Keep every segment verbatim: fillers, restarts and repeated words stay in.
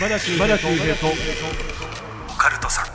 島田秀平とオカルトさん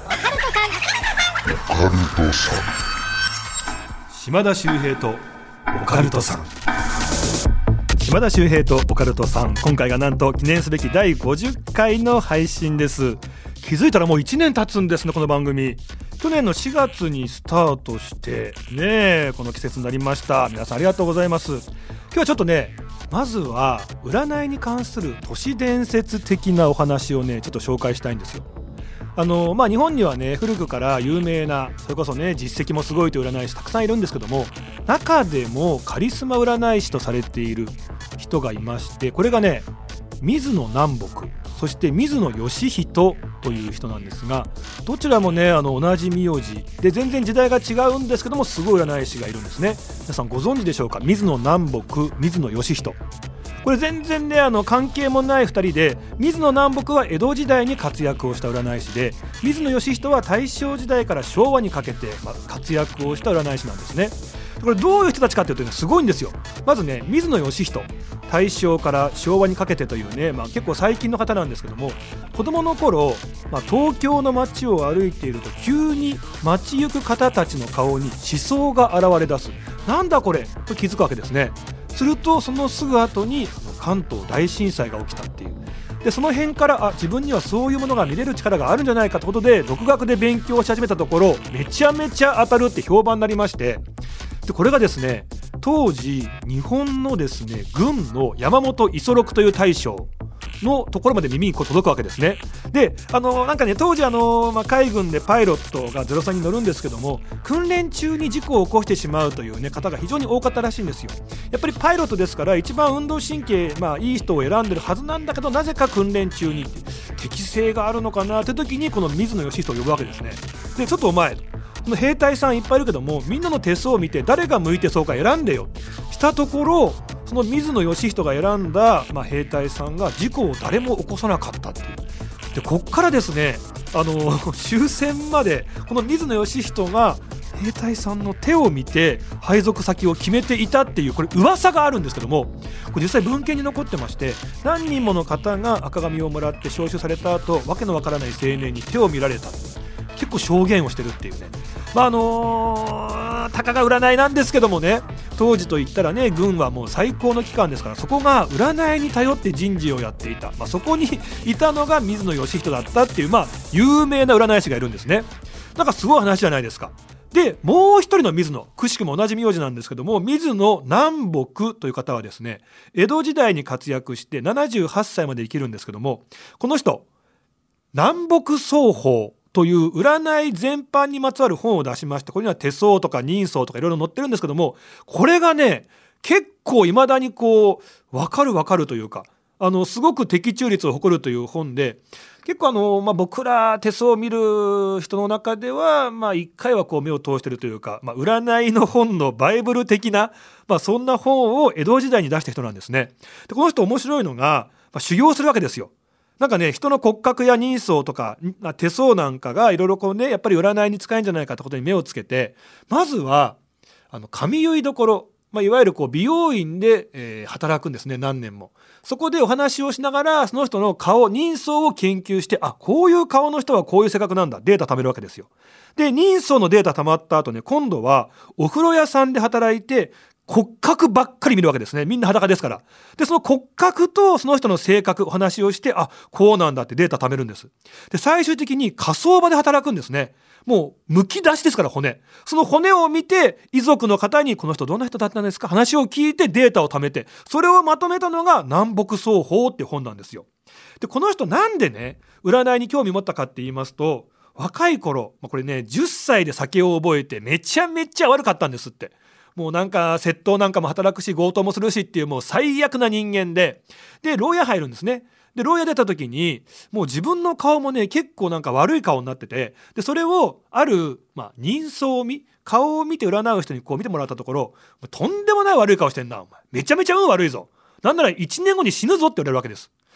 島田秀平とオカルトさん島田秀平とオカルトさん、今回がなんと記念すべきだいごじゅっかいの配信です。気づいたらもういちねん経つんですね。この番組去年のしがつにスタートしてね、この季節になりました。皆さんありがとうございます。今日はちょっとね、まずは占いに関する都市伝説的なお話をねちょっと紹介したいんですよ。あのまあ、日本にはね古くから有名な、それこそね実績もすごいという占い師たくさんいるんですけども、中でもカリスマ占い師とされている人がいまして、これがね水野南北、そして水野義人という人なんですが、どちらもねあの同じ名字で全然時代が違うんですけども、すごい占い師がいるんですね。皆さんご存知でしょうか。水野南北、水野義人、これ全然ねあの関係もないふたりで、水野南北は江戸時代に活躍をした占い師で、水野義人は大正時代から昭和にかけて、まあ、活躍をした占い師なんですね。これどういう人たちかというと、ね、すごいんですよ。まずね水野義人、大正から昭和にかけてというね、まあ、結構最近の方なんですけども、子供の頃、まあ、東京の街を歩いていると急に街行く方たちの顔に思想が現れ出す。なんだこれと気づくわけですね。するとそのすぐ後に関東大震災が起きたっていう。でその辺からあ自分にはそういうものが見れる力があるんじゃないかということで独学で勉強し始めたところ、めちゃめちゃ当たるって評判になりまして、でこれがですね当時日本のですね軍の山本五十六という大将のところまで耳にこう届くわけですね。であのなんかね当時あの、まあ、海軍でパイロットがゼロさんに乗るんですけども、訓練中に事故を起こしてしまうという、ね、方が非常に多かったらしいんですよ。やっぱりパイロットですから一番運動神経、まあ、いい人を選んでるはずなんだけど、なぜか訓練中に適性があるのかなって時にこの水野義人を呼ぶわけですね。でちょっとお前、この兵隊さんいっぱいいるけども、みんなの手相を見て誰が向いてそうか選んでよしたところ、その水野義人が選んだ、まあ、兵隊さんが事故を誰も起こさなかったっていう。でこっからですねあの終戦までこの水野義人が兵隊さんの手を見て配属先を決めていたっていう、これ噂があるんですけども、これ実際文献に残ってまして、何人もの方が赤紙をもらって召集された後、わけのわからない青年に手を見られた、結構証言をしてるっていうね。まああのー、たかが占いなんですけどもね、当時といったらね軍はもう最高の機関ですから、そこが占いに頼って人事をやっていた、まあ、そこにいたのが水野義人だったっていう、まあ有名な占い師がいるんですね。なんかすごい話じゃないですか。でもう一人の水野、くしくも同じ名字なんですけども、水野南北という方はですね江戸時代に活躍してななじゅうはっさいまで生きるんですけども、この人南北双方という占い全般にまつわる本を出しまして、これには手相とか人相とかいろいろ載ってるんですけども、これがね結構いまだにこう分かる分かるというか、あのすごく的中率を誇るという本で、結構あの、まあ、僕ら手相を見る人の中では、まあ、いっかいはこう目を通しているというか、まあ、占いの本のバイブル的な、まあ、そんな本を江戸時代に出した人なんですね。でこの人面白いのが、まあ、修行するわけですよ。なんかね人の骨格や人相とか手相なんかがいろいろこうねやっぱり占いに使えるんじゃないかってことに目をつけて、まずはあの髪結いどころ、まあ、いわゆるこう美容院で、えー、働くんですね。何年もそこでお話をしながらその人の顔人相を研究して、あこういう顔の人はこういう性格なんだ、データ貯めるわけですよ。で人相のデータ貯まった後ね、今度はお風呂屋さんで働いて骨格ばっかり見るわけですね。みんな裸ですから。でその骨格とその人の性格お話をして、あこうなんだってデータ貯めるんです。で最終的に火葬場で働くんですね。もうむき出しですから骨、その骨を見て遺族の方にこの人どんな人だったんですか話を聞いてデータを貯めて、それをまとめたのが南北双方っていう本なんですよ。でこの人なんでね占いに興味持ったかって言いますと、若い頃これねじゅっさいで酒を覚えてめちゃめちゃ悪かったんですって。もうなんか窃盗なんかも働くし強盗もするしっていうもう最悪な人間で、で牢屋入るんですね。で牢屋出た時にもう自分の顔もね結構なんか悪い顔になってて、でそれをある、まあ、人相を見顔を見て占う人にこう見てもらったところ、とんでもない悪い顔してんなお前、めちゃめちゃ運悪いぞ、なんならいちねんごに死ぬぞって言われるわけです。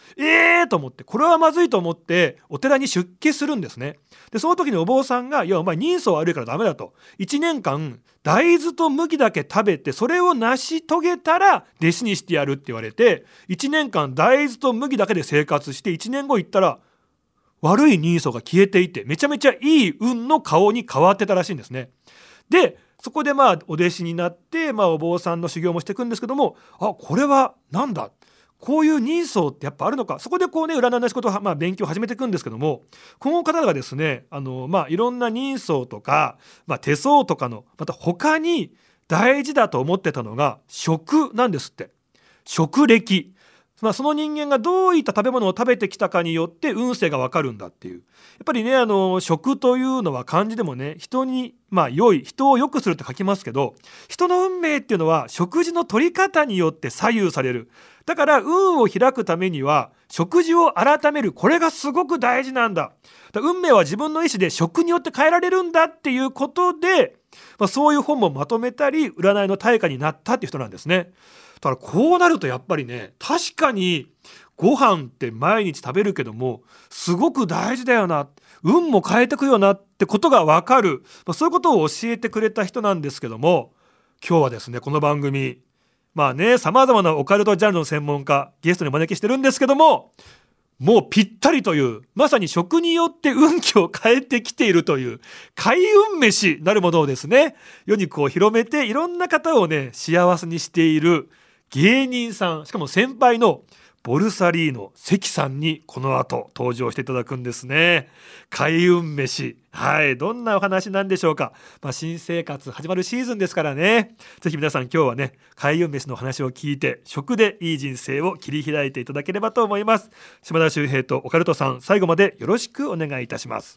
えーと思って、これはまずいと思ってお寺に出家するんですね。でその時にお坊さんが、いやお前人相悪いからダメだと、いちねんかん大豆と麦だけ食べてそれを成し遂げたら弟子にしてやるって言われて、いちねんかん大豆と麦だけで生活して、いちねんご行ったら悪い人相が消えていて、めちゃめちゃいい運の顔に変わってたらしいんですね。でそこでまあお弟子になって、まあ、お坊さんの修行もしていくんですけども、あこれはなんだ、こういう人相ってやっぱあるのか。そこでこうね占いの仕事をまあ勉強を始めていくんですけども、この方がですね、あのまあいろんな人相とか、まあ、手相とかのまた他に大事だと思ってたのが食なんですって。食歴、まあ、その人間がどういった食べ物を食べてきたかによって運勢が分かるんだっていう。やっぱりね、あの食というのは漢字でもね、人にまあ良い、人を良くするって書きますけど、人の運命っていうのは食事の取り方によって左右される。だから運を開くためには食事を改める、これがすごく大事なんだ。だから運命は自分の意思で食によって変えられるんだっていうことで、まあ、そういう本もまとめたり占いの対価になったっていう人なんですね。だからこうなるとやっぱりね、確かにご飯って毎日食べるけどもすごく大事だよな、運も変えてくよなってことが分かる、まあ、そういうことを教えてくれた人なんですけども、今日はですねこの番組まあね、さまざまなオカルトジャンルの専門家ゲストにお招きしてるんですけども、もうぴったりという、まさに食によって運気を変えてきているという開運飯なるものをですね、世にこう広めていろんな方をね幸せにしている芸人さん、しかも先輩のボルサリーノ関さんにこの後登場していただくんですね。開運飯、はい、どんなお話なんでしょうか。まあ、新生活始まるシーズンですからね、ぜひ皆さん今日はね開運飯の話を聞いて食でいい人生を切り開いていただければと思います。島田秀平とオカルトさん、最後までよろしくお願いいたします。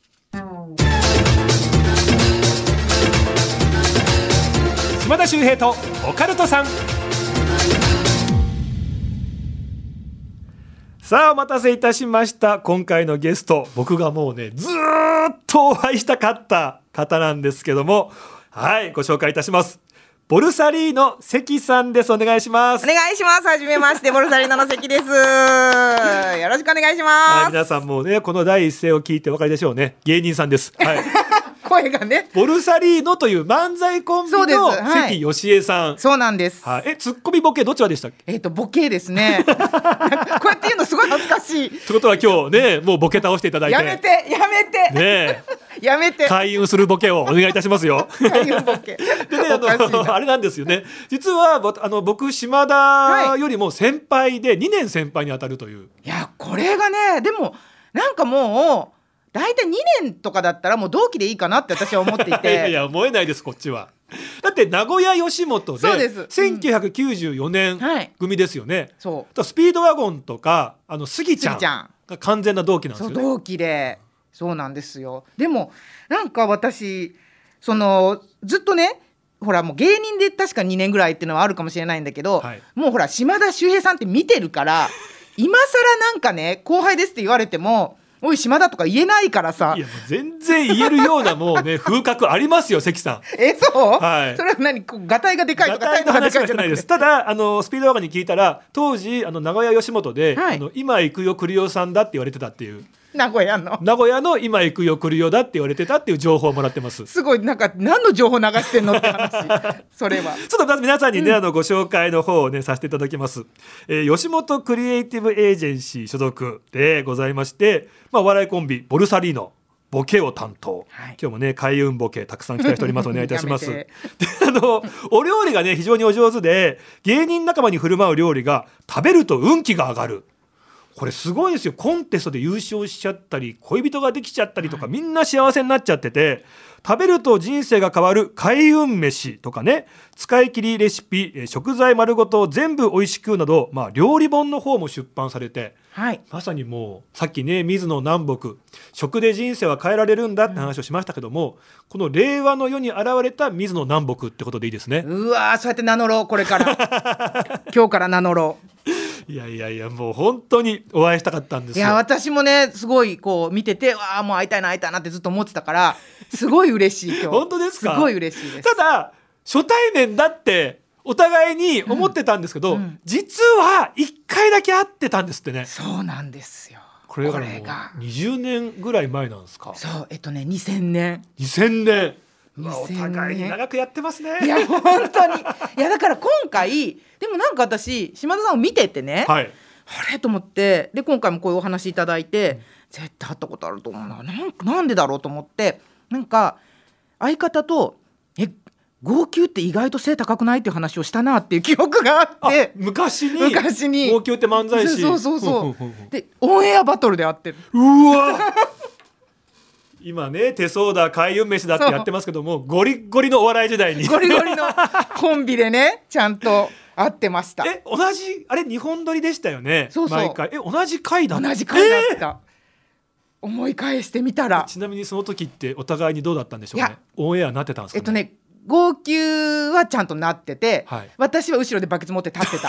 島田秀平とオカルトさん、さあお待たせいたしました。今回のゲスト、僕がもうねずーっとお会いしたかった方なんですけども、はいご紹介いたします。ボルサリーノ関さんです。お願いします。 お願いします。はじめまして、ボルサリーノの関です。よろしくお願いします。 はい、皆さんもねこの第一声を聞いてお分かりでしょうね、芸人さんです。はい声がね、 ボルサリーノという漫才コンビの関芳恵さん。 そうなんです。 はい、えツッコミボケどちらでしたっけ。 えっ、ー、とボケですねこうやって言うのすごい恥ずかしい。 ってことは今日ねもうボケ倒していただいて、 やめてやめてねやめて、 開運するボケをお願いいたしますよ。 開運ボケでね、あのあれなんですよね、実はあの僕島田よりも先輩でにねん先輩に当たるという、 いやこれがね、でもなんかもうだいたいにねんとかだったらもう同期でいいかなって私は思っていていやいや思えないです、こっちは。だって名古屋吉本でせんきゅうひゃくきゅうじゅうよねん組ですよね、はい、そうスピードワゴンとかあのスギちゃんが完全な同期なんですよね。 そう同期で、そうなんですよ。でもなんか私そのずっとね、ほらもう芸人で確かにねんぐらいっていうのはあるかもしれないんだけど、はい、もうほら島田秀平さんって見てるから今更なんかね後輩ですって言われてもおい島田とか言えないからさ。 いやもう全然言えるようなもうね風格ありますよ関さん。 えそう、 はい、 それは何こうガタイがでかいとかガタイの話はしてないです。ただあのスピードワゴンに聞いたら当時あの名古屋吉本で、はい、あの今行くよ栗尾さんだって言われてたっていう、 名古屋の名古屋の今行くよ栗尾だって言われてたっていう情報をもらってます。 すごいなんか何の情報流してんのって話それはちょっと皆さんにね、うん、あのご紹介の方をねさせていただきます、えー、吉本クリエイティブエージェンシー所属でございまして、まあ、お笑いコンビボルサリーノボケを担当、はい、今日もね開運ボケたくさん期待しております。お願いいたしますであのお料理がね非常にお上手で、芸人仲間に振る舞う料理が食べると運気が上がる、これすごいですよ。コンテストで優勝しちゃったり恋人ができちゃったりとか、はい、みんな幸せになっちゃってて、食べると人生が変わる開運飯とかね、使い切りレシピ、食材丸ごと全部美味しくなど、まあ、料理本の方も出版されて、はい、まさにもうさっきね水野南北食で人生は変えられるんだって話をしましたけども、うん、この令和の世に現れた水野南北ってことでいいですね。 うわそうやって名乗ろうこれから今日から名乗ろう。 いやいやいやもう本当にお会いしたかったんですよ。 いや私もねすごいこう見てて、わあもう会いたいな会いたいなってずっと思ってたからすごい嬉しい今日。 本当ですか。 すごい嬉しいです。 ただ初対面だってお互いに思ってたんですけど、うんうん、実はいっかいだけ会ってたんですってね。 そうなんですよ。 これがもうにじゅうねんぐらい前なんですか。 そうえっとねにせんねんにせんねん、お互いに長くやってますね。 いや本当にいやだから今回でもなんか私島田さんを見ててね、はい、あれと思ってで今回もこういうお話いただいて、うん、絶対会ったことあると思うな。なんかなんでだろうと思ってなんか相方とえ号泣って意外と背高くないっていう話をしたなっていう記憶があってあ昔に昔に号泣って漫才師そうそうそうでオンエアバトルで会ってる。 うわ今ね手相だ開運飯だってやってますけどもゴリゴリのお笑い時代にゴリゴリのコンビでねちゃんと会ってました。 え同じあれにほん撮りでしたよね。 そうそう毎回え同じ回だった。 同じ回だった、えー、思い返してみたら。 ちなみにその時ってお互いにどうだったんでしょうね。オンエアなってたんですかね。 えっとね号泣はちゃんとなってて、はい、私は後ろでバケツ持って立ってた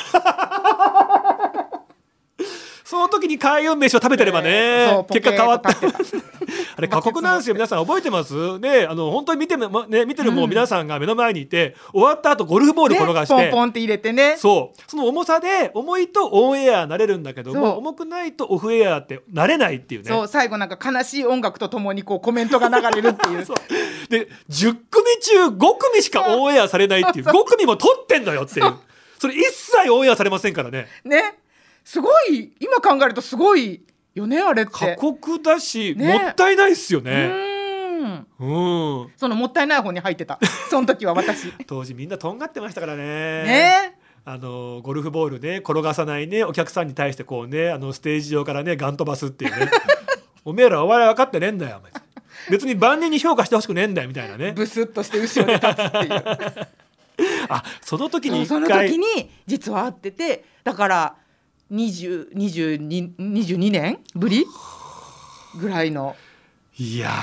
その時に開運飯を食べてればね、えー、結果変わったあれ過酷なんですよ。皆さん覚えてますね。あの本当に見て、ね、見てるもう皆さんが目の前にいて、うん、終わった後ゴルフボール転がして、 ね、ポンポンって入れてね。 そうその重さで重いとオンエアなれるんだけども重くないとオフエアってなれないっていうね。 そう最後なんか悲しい音楽とともにこうコメントが流れるっていうそうでじゅっくみ中ごくみしかオンエアされないっていうごくみも撮ってんのよっていう そ, それ一切オンエアされませんからね。 ねすごい今考えるとすごいよねあれって。 過酷だし、ね、もったいないっすよね。 うん、うん、そのもったいない方に入ってたその時は私当時みんなとんがってましたからね。 ねあのゴルフボールね転がさないねお客さんに対してこうねあのステージ上からねガン飛ばすっていうねおめえらお笑い分かってねえんだよ別に万人に評価してほしくねえんだよみたいなね。ブスッとして後ろに立つっていうあその時に一回その時に実は会っててだからにじゅう、にじゅうに、にじゅうにねんぶりぐらいの。 いや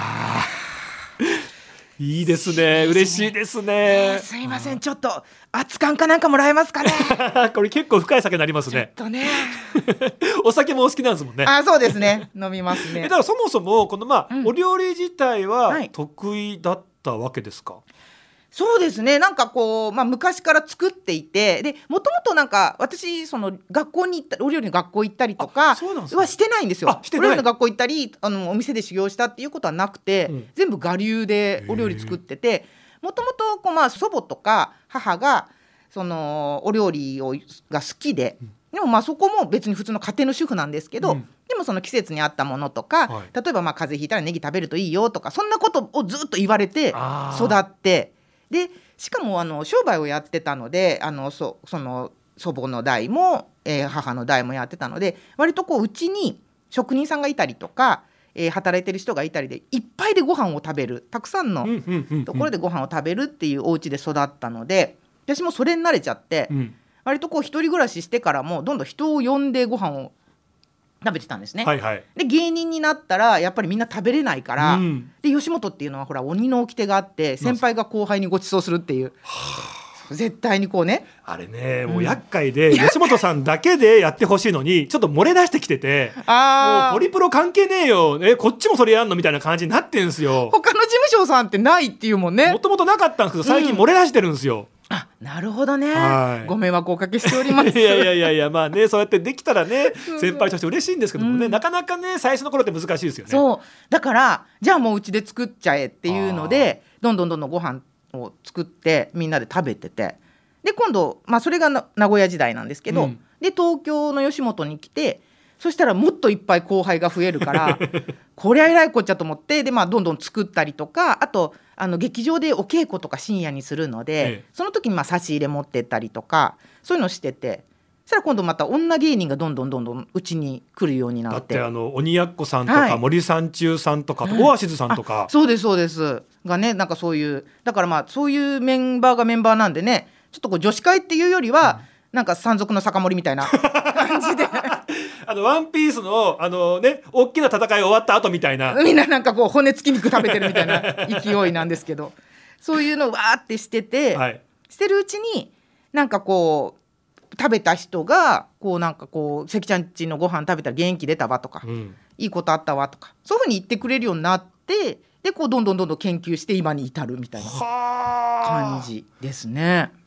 いいですね。嬉しいですね。 すいませんちょっと熱燗かなんかもらえますかねこれ結構深い酒になりますね。 ちょっとねお酒もお好きなんですもんね。 あそうですね飲みますね。 だからそもそもこの、まあうん、お料理自体ははい得意だったわけですか。 そうですねなんかこう、まあ、昔から作っていてでもともとなんか私その学校に行ったお料理の学校行ったりとかはしてないんですよ。お料理の学校行ったりあのお店で修行したっていうことはなくて、うん、全部我流でお料理作っててもともと祖母とか母がそのお料理をが好きで、うん、でもまあそこも別に普通の家庭の主婦なんですけど、うん、でもその季節に合ったものとか、はい、例えばまあ風邪ひいたらネギ食べるといいよとかそんなことをずっと言われて育ってでしかもあの商売をやってたのであの そ, その祖母の代も、えー、母の代もやってたので割とこううちに職人さんがいたりとか、えー、働いてる人がいたりでいっぱいでご飯を食べるたくさんのところでご飯を食べるっていうお家で育ったので私もそれに慣れちゃって、うん、割とこう一人暮らししてからもどんどん人を呼んでご飯を食べてたんですね、 はいはい、で芸人になったらやっぱりみんな食べれないから、うん、で吉本っていうのはほら鬼の掟があって先輩が後輩にご馳走するっていう絶対にこうねあれねもう厄介で、うん、吉本さんだけでやってほしいのにちょっと漏れ出してきててあもうホリプロ関係ねえよえこっちもそれやんのみたいな感じになってんですよ。 他の事務所さんってないっていうもんね。 もともとなかったんですけど最近漏れ出してるんですよ、うんあなるほどね、はい、ご迷惑をおかけしておりますいやいやいやいやまあねそうやってできたらね先輩として嬉しいんですけどもね、うん、なかなかね最初の頃って難しいですよね。 そうだからじゃあもううちで作っちゃえっていうのでどんどんどんどんご飯を作ってみんなで食べててで今度、まあ、それが名古屋時代なんですけど、うん、で東京の吉本に来てそしたらもっといっぱい後輩が増えるからこりゃえらいこっちゃと思ってで、まあ、どんどん作ったりとかあとあの劇場でお稽古とか深夜にするので、ええ、その時にまあ差し入れ持ってったりとかそういうのしててそしたら今度また女芸人がどんどんどんどんうちに来るようになって。 だってあの鬼奴さんとか、はい、森三中さんとか、うん、オアシズさんとかそうですそうですがねなんかそういうだからまあそういうメンバーがメンバーなんでねちょっとこう女子会っていうよりは、うんなんか山賊の酒盛りみたいな感じであのワンピースのあのね大きな戦い終わった後みたいなみんななんかこう骨付き肉食べてるみたいな勢いなんですけどそういうのをわーってしてて、はい、してるうちになんかこう食べた人がこうなんかこう関ちゃんちのご飯食べたら元気出たわとか、うん、いいことあったわとかそういうふうに言ってくれるようになってでこうどんどんどんどん研究して今に至るみたいな感じですね。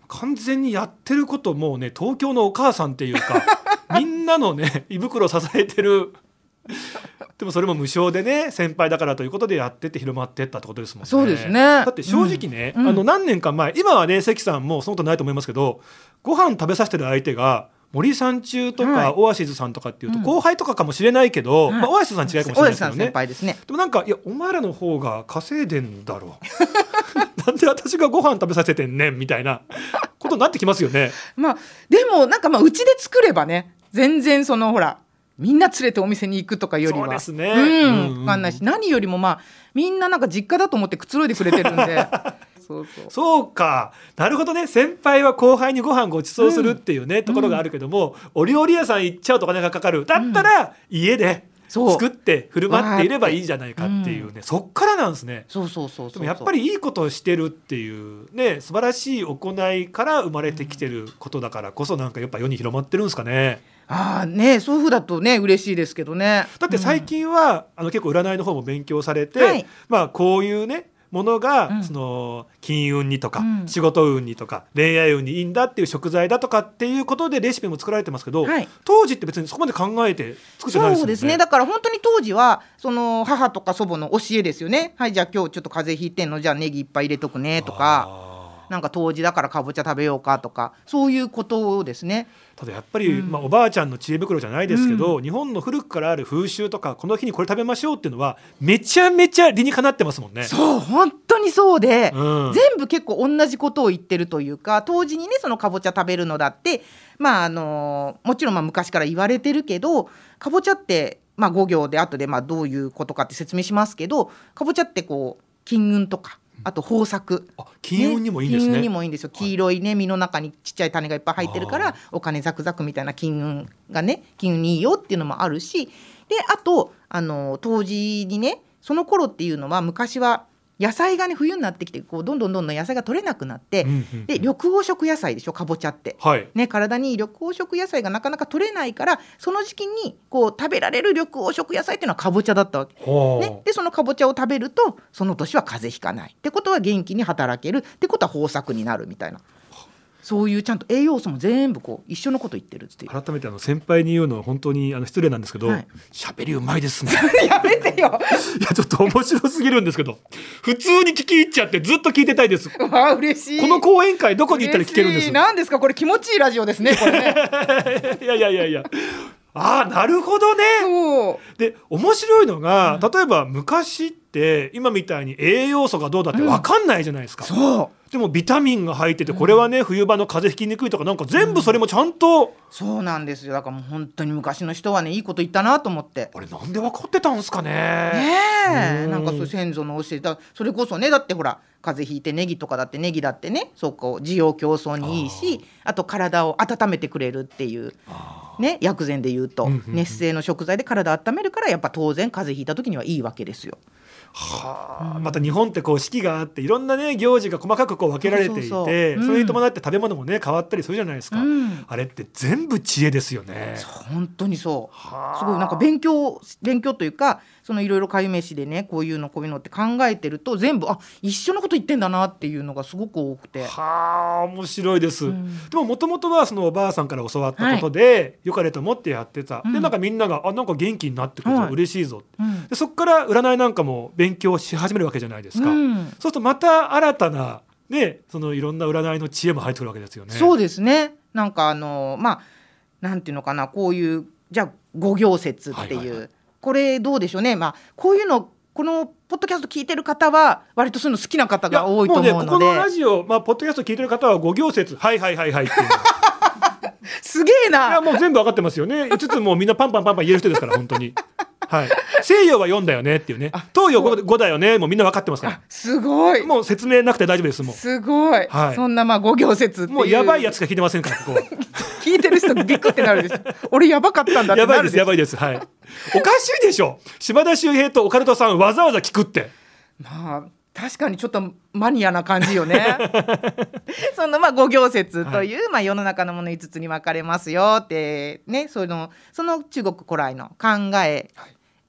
完全にやってることもうね東京のお母さんっていうかみんなのね胃袋を支えてるでもそれも無償でね先輩だからということでやってって広まってったってことですもんね。 そうですね。 だって正直ね、 うん、 あの何年か前今はね関さんもそのことないと思いますけどご飯食べさせてる相手が森三中とか、はい、オアシズさんとかっていうと後輩とかかもしれないけど、うんまあ、オアシズさん違いかもしれないですけどね、 先輩ですね。 でもなんかいやお前らの方が稼いでんだろうなんで私がご飯食べさせてんねんみたいなことになってきますよね。 まあでもなんかまあうちで作ればね全然そのほらみんな連れてお店に行くとかよりはそうですね、 うんうんうん、分かんないし何よりもまあみんななんか実家だと思ってくつろいでくれてるんでそうそうそうかなるほどね。先輩は後輩にご飯ご馳走するっていうね、うん、ところがあるけども、うん、お料理屋さん行っちゃうとお金がかかるだったら家で作って振る舞っていればいいじゃないかっていうね、うん、そっからなんですね。 そうそうそうそう。 でもやっぱりいいことをしてるっていうね素晴らしい行いから生まれてきてることだからこそなんかやっぱ世に広まってるんですかね。 ああね、そういう風だとね嬉しいですけどね。 だって最近は、うん、あの結構占いの方も勉強されて、はい、まあこういうねものが、うん、その金運にとか、うん、仕事運にとか恋愛運にいいんだっていう食材だとかっていうことでレシピも作られてますけど、はい、当時って別にそこまで考えて作ってないですよね。 そうですね。だから本当に当時はその母とか祖母の教えですよね。はいじゃあ今日ちょっと風邪ひいてんのじゃあネギいっぱい入れとくねとかなんか冬至だからかぼちゃ食べようかとかそういうことですね。 ただやっぱり、うんまあ、おばあちゃんの知恵袋じゃないですけど、うん、日本の古くからある風習とかこの日にこれ食べましょうっていうのはめちゃめちゃ理にかなってますもんね。 そう本当にそうで、うん、全部結構同じことを言ってるというか冬至にねそのかぼちゃ食べるのだってまああのもちろんまあ昔から言われてるけどかぼちゃってまあご行で後でまあどういうことかって説明しますけどかぼちゃってこう金運とかあと豊作、 あ金運にもいいんですね。 金運にもいいんですよ。黄色いね実の中にちっちゃい種がいっぱい入ってるからお金ザクザクみたいな金運がね金運にいいよっていうのもあるしであとあの冬至にねその頃っていうのは昔は野菜がね冬になってきてこうどんどんどんどん野菜が取れなくなって、うんうんうん、で緑黄色野菜でしょかぼちゃって、はいね、体に緑黄色野菜がなかなか取れないからその時期にこう食べられる緑黄色野菜っていうのはかぼちゃだったわけ、ね、でそのかぼちゃを食べるとその年は風邪ひかないってことは元気に働けるってことは豊作になるみたいなそういうちゃんと栄養素も全部こう一緒のこと言ってるっていう。 改めてあの先輩に言うのは本当にあの失礼なんですけど喋、はい、りうまいですねやめてよいやちょっと面白すぎるんですけど普通に聞き入っちゃってずっと聞いてたいです。 わあ嬉しい。 この講演会どこに行ったら聞けるんです。 何ですかこれ気持ちいいラジオですねこれねいやいやいやいやああなるほどね。そうで面白いのが、うん、例えば昔って今みたいに栄養素がどうだって分かんないじゃないですか、うん、そうでもビタミンが入っててこれはね、うん、冬場の風邪ひきにくいとかなんか全部それもちゃんと、うん、 そうなんですよ。だからもう本当に昔の人はねいいこと言ったなと思って。 あれなんで分かってたんですかね。 ねえなんかそう先祖の教えたそれこそねだってほら風邪ひいてネギとかだってネギだってねそうこう滋養強壮にいいし あ, あと体を温めてくれるっていうね薬膳で言うと、うんうんうん、熱性の食材で体を温めるからやっぱ当然風邪ひいた時にはいいわけですよ。 はあ、また日本ってこう四季があっていろんなね行事が細かくこう分けられていてそうそうそう、うん、それに伴って食べ物もね変わったりするじゃないですか、うん、あれって全部知恵ですよね。 そう本当にそうすごいなんか勉強勉強というかそのいろいろかゆ飯でねこういうのこういうのって考えてると全部あ一緒のこと言ってんだなっていうのがすごく多くてはあ面白いです、うん、でももともとはそのおばあさんから教わったことで、はい、よかれと思ってやってた、うん、でなんかみんながあなんか元気になってくると嬉しいぞ、はい、でそこから占いなんかも勉強し始めるわけじゃないですか、うん、そうするとまた新たな、ね、そのいろんな占いの知恵も入ってくるわけですよね。 そうですねなんかあのまあなんていうのかなこういうじゃあ五行説っていう、はいはいはい、これどうでしょうね、まあ、こういうのこのポッドキャスト聞いてる方は割とそういうの好きな方が多いと思うのでもう、ね、 ここのラジオ、まあ、ポッドキャスト聞いてる方は五行説はいはいはいはいっていうすげえな。 いやもう全部分かってますよねいつつもうみんなパンパンパンパン言える人ですから本当にはい、西洋はよんだよねっていうね東洋 5, ごだよねもうみんな分かってますから。 すごいもう説明なくて大丈夫ですもうすごい、はい、そんなまあ五行説っていうもうやばいやつしか聞いてませんからここは聞いてる人ビックってなるでしょ俺やばかったんだってなるでしょ。 やばいですやばいです、はい、おかしいでしょ島田秀平とオカルトさんわざわざ聞くってまあ確かにちょっとマニアな感じよねそのまあ五行説という、はいまあ、世の中のものいつつに分かれますよってねそのその中国古来の考え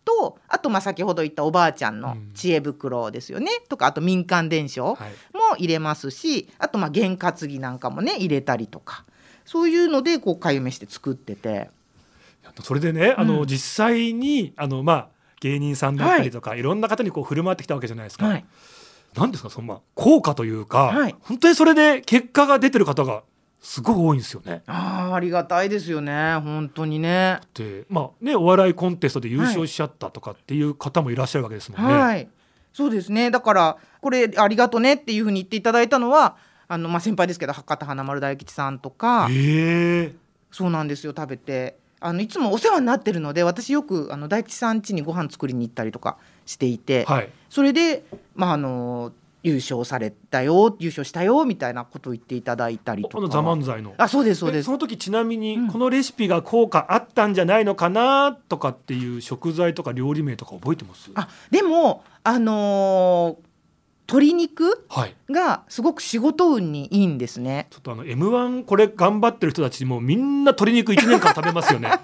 と、あとまあ先ほど言ったおばあちゃんの知恵袋ですよね、うん、とか、あと民間伝承も入れますし、はい、あとまあ験担ぎなんかもね入れたりとか、そういうのでこうかゆ飯って作ってて、 それでね、あの、うん、実際にあの、まあ、芸人さんだったりとか、はい、いろんな方にこう振る舞ってきたわけじゃないですか、はい、なんですかその、まあ、効果というか、はい、本当にそれで結果が出てる方がすごく多いんですよね。 あー、ありがたいですよね、本当にね。 で、まあね、お笑いコンテストで優勝しちゃったとかっていう方もいらっしゃるわけですもんね。 はい、そうですね。だからこれありがとねっていうふうに言っていただいたのは、あの、まあ、先輩ですけど博多華丸大吉さんとか、 へー、 そうなんですよ。食べて、あのいつもお世話になってるので、私よくあの大吉さん家にご飯作りに行ったりとかしていて、はい、それで、まあ、あの優勝されたよ、優勝したよみたいなことを言っていただいたりとか。 あのザ・漫才の。 あ、そうですそうです。 その時ちなみにこのレシピが効果あったんじゃないのかなとかっていう食材とか料理名とか覚えてます？ あ、でもあのー鶏肉がすごく仕事運にいいんですね、はい、 ちょっとあの エムワン これ頑張ってる人たちもみんな鶏肉いちねんかん食べますよね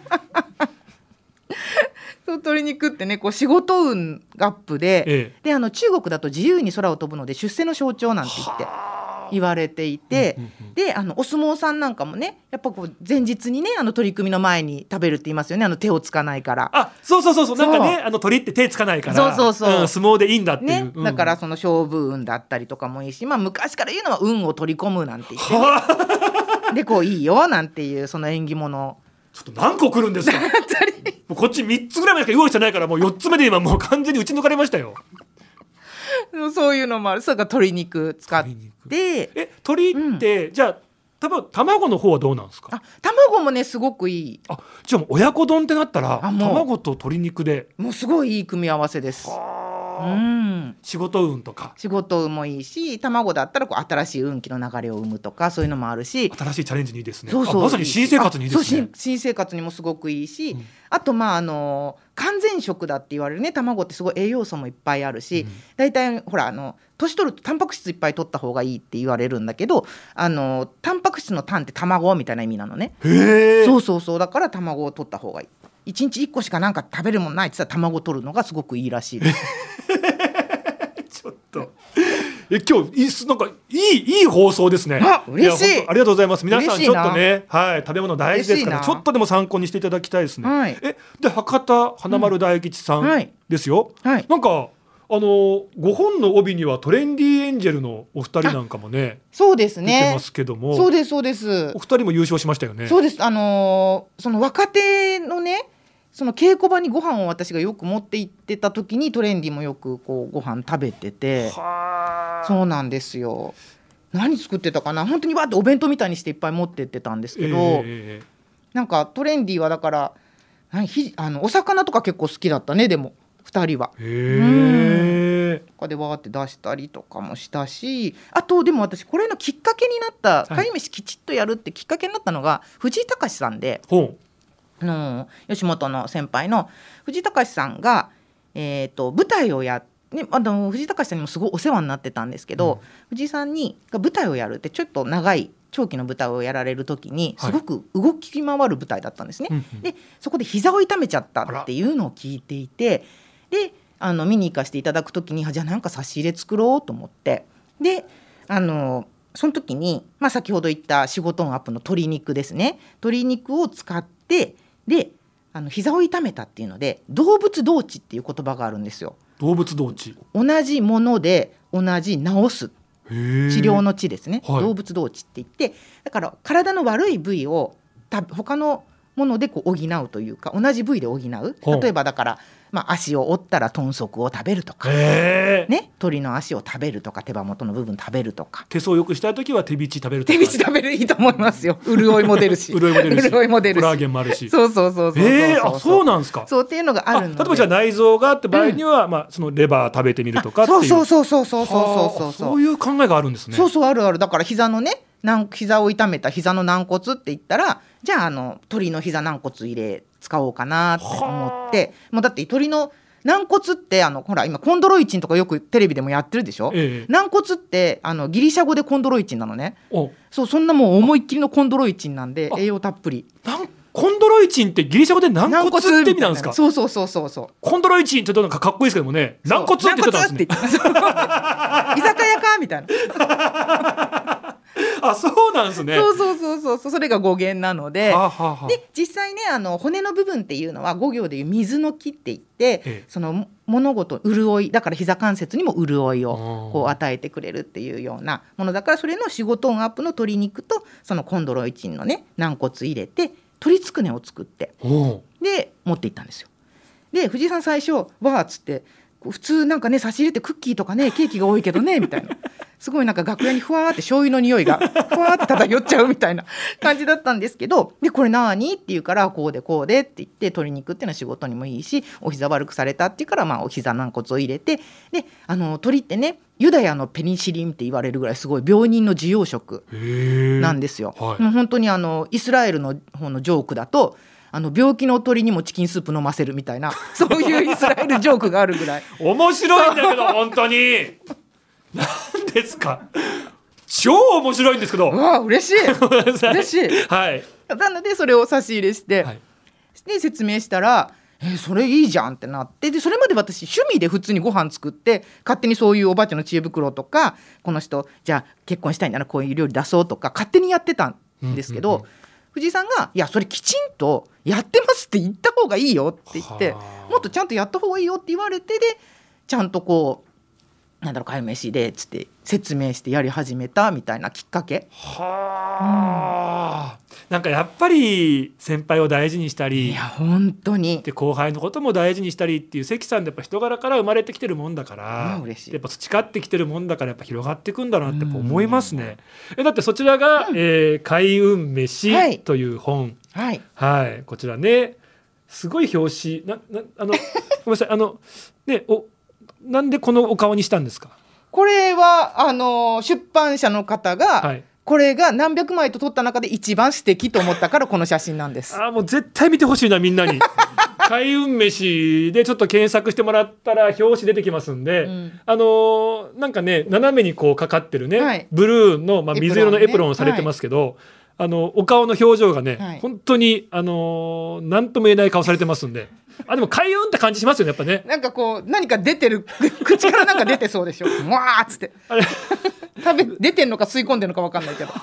そう、鶏肉ってねこう仕事運アップで、ええ、であの中国だと自由に空を飛ぶので出世の象徴なんて言って言われていて、うんうんうん、であのお相撲さんなんかもねやっぱこう前日にねあの取り組みの前に食べるって言いますよね、あの手をつかないから。 あ、そうそうそうそう、なんかねあの鳥って手つかないから、 そうそうそう、 うん、相撲でいいんだっていう、 ね、だからその勝負運だったりとかもいいし、まあ、昔から言うのは運を取り込むなんて言って、ね、でこういいよなんていうその縁起物。 ちょっと何個来るんですかもうこっちみっつぐらいまでしか用意してないから、もうよっつめで今もう完全に打ち抜かれましたよそういうのもある。それから鶏肉使って、 え鶏って、うん、じゃあ多分卵の方はどうなんですか？ あ、卵もねすごくいい。 あ、じゃあ親子丼ってなったら卵と鶏肉でもうすごいいい組み合わせです。うん、 仕事運とか仕事運もいいし、卵だったらこう新しい運気の流れを生むとかそういうのもあるし、 新しいチャレンジにいいですね。 そうそう、 まさに新生活にいいですね。 そう、新生活にもすごくいいし、うん、あとまああの完全食だって言われるね卵ってすごい栄養素もいっぱいあるし、うん、だいたいほらあの年取るとタンパク質いっぱい取った方がいいって言われるんだけど、あのタンパク質のタンって卵みたいな意味なのね。 へー、 そうそうそう、だから卵を取った方がいい。いちにちいっこしかなんか食べるもんないって言ったら卵を取るのがすごくいいらしいですちょっとえ今日なんかいいいい放送ですね。 あ、嬉しい。 いありがとうございます。皆さんちょっとね、はい、食べ物大事ですからちょっとでも参考にしていただきたいですね、はい、えで博多華丸大吉さんですよ、うん、はい、なんかあのご本の帯にはトレンディエンジェルのお二人なんかもね、 そうですね、 出てますけども、 そうですそうです。 お二人も優勝しましたよね。 そうです。あのー、その若手のねその稽古場にご飯を私がよく持って行ってた時にトレンディもよくこうご飯食べてて、はそうなんですよ。何作ってたかな、本当にわってお弁当みたいにしていっぱい持ってってたんですけど、えー、なんかトレンディはだから何ひあのお魚とか結構好きだったね。でもふたりはへー、うん、他でわーって出したりとかもしたし、あとでも私これのきっかけになったかゆ飯きちっとやるってきっかけになったのが藤井隆さんで、ほうの吉本の先輩の藤井隆さんが、えー、と舞台をやって、ね、あの藤井隆さんにもすごいお世話になってたんですけど、うん、藤井さんにが舞台をやるってちょっと長い長期の舞台をやられる時にすごく動き回る舞台だったんですね、はい、でそこで膝を痛めちゃったっていうのを聞いていて、であの見に行かせていただく時にじゃあなんか差し入れ作ろうと思って、であのその時に、まあ、先ほど言った仕事運アップの鶏肉ですね、鶏肉を使ってであの膝を痛めたっていうので動物同治っていう言葉があるんですよ。 動物同治、 同じもので同じ治す治療の治ですね、はい、動物同治って言って、だから体の悪い部位をた他のものでこう補うというか同じ部位で補う。例えばだから、まあ、足を折ったら豚足を食べるとか、ね、鳥の足を食べるとか手羽元の部分食べるとか、 手相を良くしたいときは手びち食べるとか、 手びち食べるいいと思いますよ。潤いも出るし潤いも出るし潤いも出るしコラーゲンもあるし、 そうそうそうそうそう、 えー、あそうなんですか。 そうっていうのがあるので、 例えばじゃあ内臓があって場合には、うん、まあ、そのレバー食べてみるとかっていう、 そうそうそうそうそうそうそうそういう考えがあるんですね。 そうそうあるある。だから膝のね膝を痛めた膝の軟骨って言ったらじゃあ、あの鳥の膝軟骨入れ使おうかなって思って、もうだって鳥の軟骨ってあのほら今コンドロイチンとかよくテレビでもやってるでしょ、ええ、軟骨ってあのギリシャ語でコンドロイチンなのね。そう、そんなもう思いっきりのコンドロイチンなんで栄養たっぷり。 軟コンドロイチンってギリシャ語で軟骨って意味なんですか？ そうそうそうそうそう。 コンドロイチンって言うとなんかかっこいいですけどもね、軟骨って言ってたんですね。 居酒屋かみたいなあ、そうなんですね。 そうそうそうそう、それが語源なので、 はあはあ、 で実際ね、あの骨の部分っていうのは五行でいう水の木って言って、ええ、その物事潤いだから、膝関節にも潤いをこう与えてくれるっていうようなものだから、それの四五トーンアップの鶏肉とそのコンドロイチンのね軟骨入れて鶏つくねを作って、で持っていったんですよ。で藤井さん最初わーっつって、普通なんかね差し入れてクッキーとかねケーキが多いけどねみたいな、すごいなんか楽屋にふわーって醤油の匂いがふわーって漂っちゃうみたいな感じだったんですけど、でこれ何って言うから、こうでこうでって言って、鶏肉っていうのは仕事にもいいし、お膝悪くされたっていうから、まあお膝軟骨を入れて、であの鶏ってねユダヤのペニシリンって言われるぐらいすごい病人の需要食なんですよ。はい、もう本当にあのイスラエルの方のジョークだと、あの病気の鳥にもチキンスープ飲ませるみたいな、そういうイスラエルジョークがあるぐらい面白いんだけど本当に何ですか、超面白いんですけど。 うわ嬉しい嬉しい、 はい、 なのでそれを差し入れして、はい、で説明したら、えー、それいいじゃんってなって、でそれまで私趣味で普通にご飯作って、勝手にそういうおばあちゃんの知恵袋とか、この人じゃあ結婚したいならこういう料理出そうとか勝手にやってたんですけど、うんうんうん、藤井さんがいやそれきちんとやってますって言った方がいいよって言って、もっとちゃんとやった方がいいよって言われて、でちゃんとこうなんだろう、かゆ飯でつって説明してやり始めたみたいなきっかけ。 はあ、うん、なんかやっぱり先輩を大事にしたり、 いや本当にで後輩のことも大事にしたりっていう関さんってやっぱ人柄から生まれてきてるもんだから、 嬉しい、 やっぱ培ってきてるもんだから、やっぱ広がっていくんだなって思いますね。えだってそちらが、うんえー、開運飯という本、はいはい、こちらねすごい表紙ななあのごめんなさい、あのねおなんでこのお顔にしたんですか？ これはあの出版社の方が、はい、これが何百枚と撮った中で一番素敵と思ったからこの写真なんです。 あもう絶対見てほしいなみんなに開運飯でちょっと検索してもらったら表紙出てきますんで、うん、あのー、なんかね斜めにこうかかってるね、はい、ブルーの、まあ、水色のエプロンをされてますけど、はいあのお顔の表情がね、はい、本当にあのー、何とも言えない顔されてますんであでも開運って感じしますよねやっぱね。 なんかこう何か出てる口からなんか出てそうでしょわーっつってあれ食べ出てんのか吸い込んでるのか分かんないけど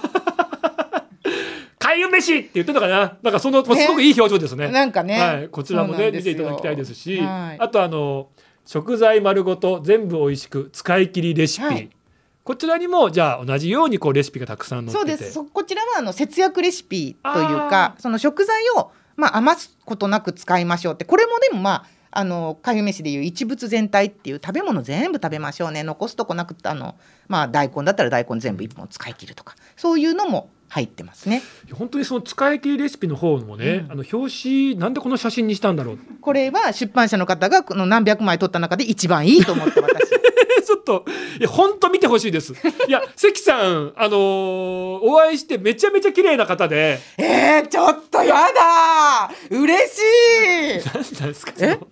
開運飯って言ってたかな、なんかそのすごくいい表情ですね。 なんかね、 はい、こちらもね見ていただきたいですし、はい、あとあの食材丸ごと全部おいしく使い切りレシピ、はいこちらにもじゃあ同じようにこうレシピがたくさん載ってて、 そうです。こちらはあの節約レシピというか、その食材をまあ余すことなく使いましょうって、これもでもまああのかゆ飯でいう一物全体っていう食べ物全部食べましょうね、残すとこなくあの、まあ、大根だったら大根全部一本使い切るとか、そういうのも入ってますね。 本当にその使い切りレシピの方もね、うん、あの表紙なんでこの写真にしたんだろう。 これは出版社の方がこの何百枚撮った中で一番いいと思って私ちょっといや本当見てほしいです。いや関さん、あのー、お会いしてめちゃめちゃ綺麗な方でえー、ちょっとやだ嬉しい何なんですかえ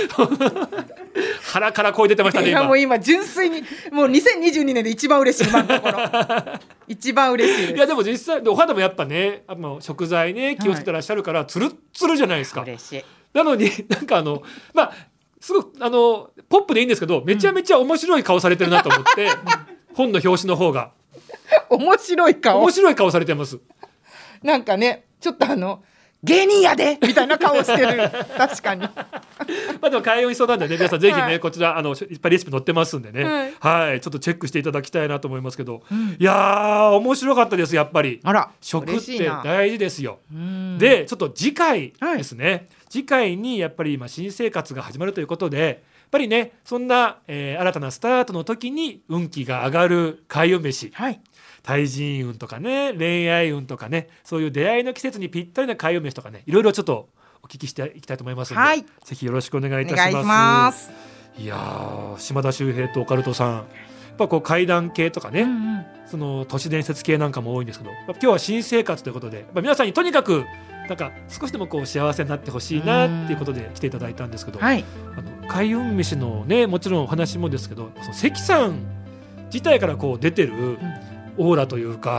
腹から声出てましたね。 いやもう今純粋にもうにせんにじゅうにねんで一番嬉しい今のところ一番嬉しいです。 いやでも実際お肌もやっぱねあの食材ね気をつけてらっしゃるから、はい、つるっつるじゃないですか。 嬉しい。 なのになんかあのまあすごくあのポップでいいんですけどめちゃめちゃ面白い顔されてるなと思って、うん、本の表紙の方が面白い顔面白い顔されてます。 なんかねちょっとあの芸人やでみたいな顔してる確かにまあでも開運しそうなんでね皆さんぜひね、はい、こちらあのいっぱいレシピ載ってますんでね、はい、はいちょっとチェックしていただきたいなと思いますけど、うん、いやー面白かったですやっぱり。 あら食って大事ですよ。でちょっと次回ですね、はい、次回にやっぱり今新生活が始まるということでやっぱりねそんな、えー、新たなスタートの時に運気が上がる開運飯、はい対人運とかね恋愛運とかねそういう出会いの季節にぴったりな開運飯とかねいろいろちょっとお聞きしていきたいと思いますので、はい、ぜひよろしくお願いいたします。お願いします。いやー島田秀平とオカルトさんやっぱこう怪談系とかね、うんうん、その都市伝説系なんかも多いんですけど今日は新生活ということでやっぱ皆さんにとにかくなんか少しでもこう幸せになってほしいなっていうことで来ていただいたんですけど、はい、あの開運飯のねもちろんお話もですけどその関さん自体からこう出てる、うんオーラというか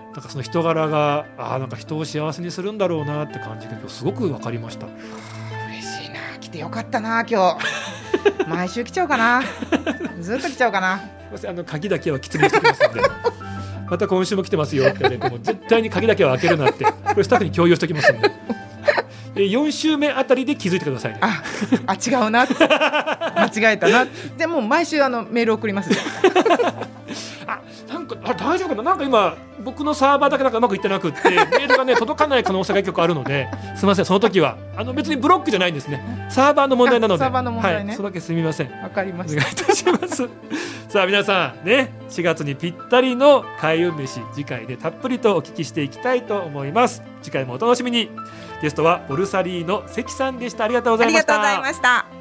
なんかその人柄があなんか人を幸せにするんだろうなって感じが今日すごく分かりました。 嬉しいな、来てよかったな今日毎週来ちゃおうかなずっと来ちゃおうかな。 すいません、あの鍵だけはきつめにしておきますのでまた今週も来てますよって言われても絶対に鍵だけは開けるなってこれスタッフに共有しておきますのでよん週目あたりで気づいてくださいね。 あ, あ違うな間違えたなでもう毎週あのメール送りますあなんかあ大丈夫かな、なんか今僕のサーバーだけなんかうまくいってなくってメールがね届かない可能性が結構あるのですみません、その時はあの別にブロックじゃないんですね、サーバーの問題なので、 サーバーの問題ね、 はい、それだけすみません、 わかりました、 お願いいたしますさあ皆さんね、しがつにぴったりの開運飯、次回でたっぷりとお聞きしていきたいと思います。次回もお楽しみに。ゲストはボルサリーノ関さんでした。ありがとうございました。 ありがとうございました。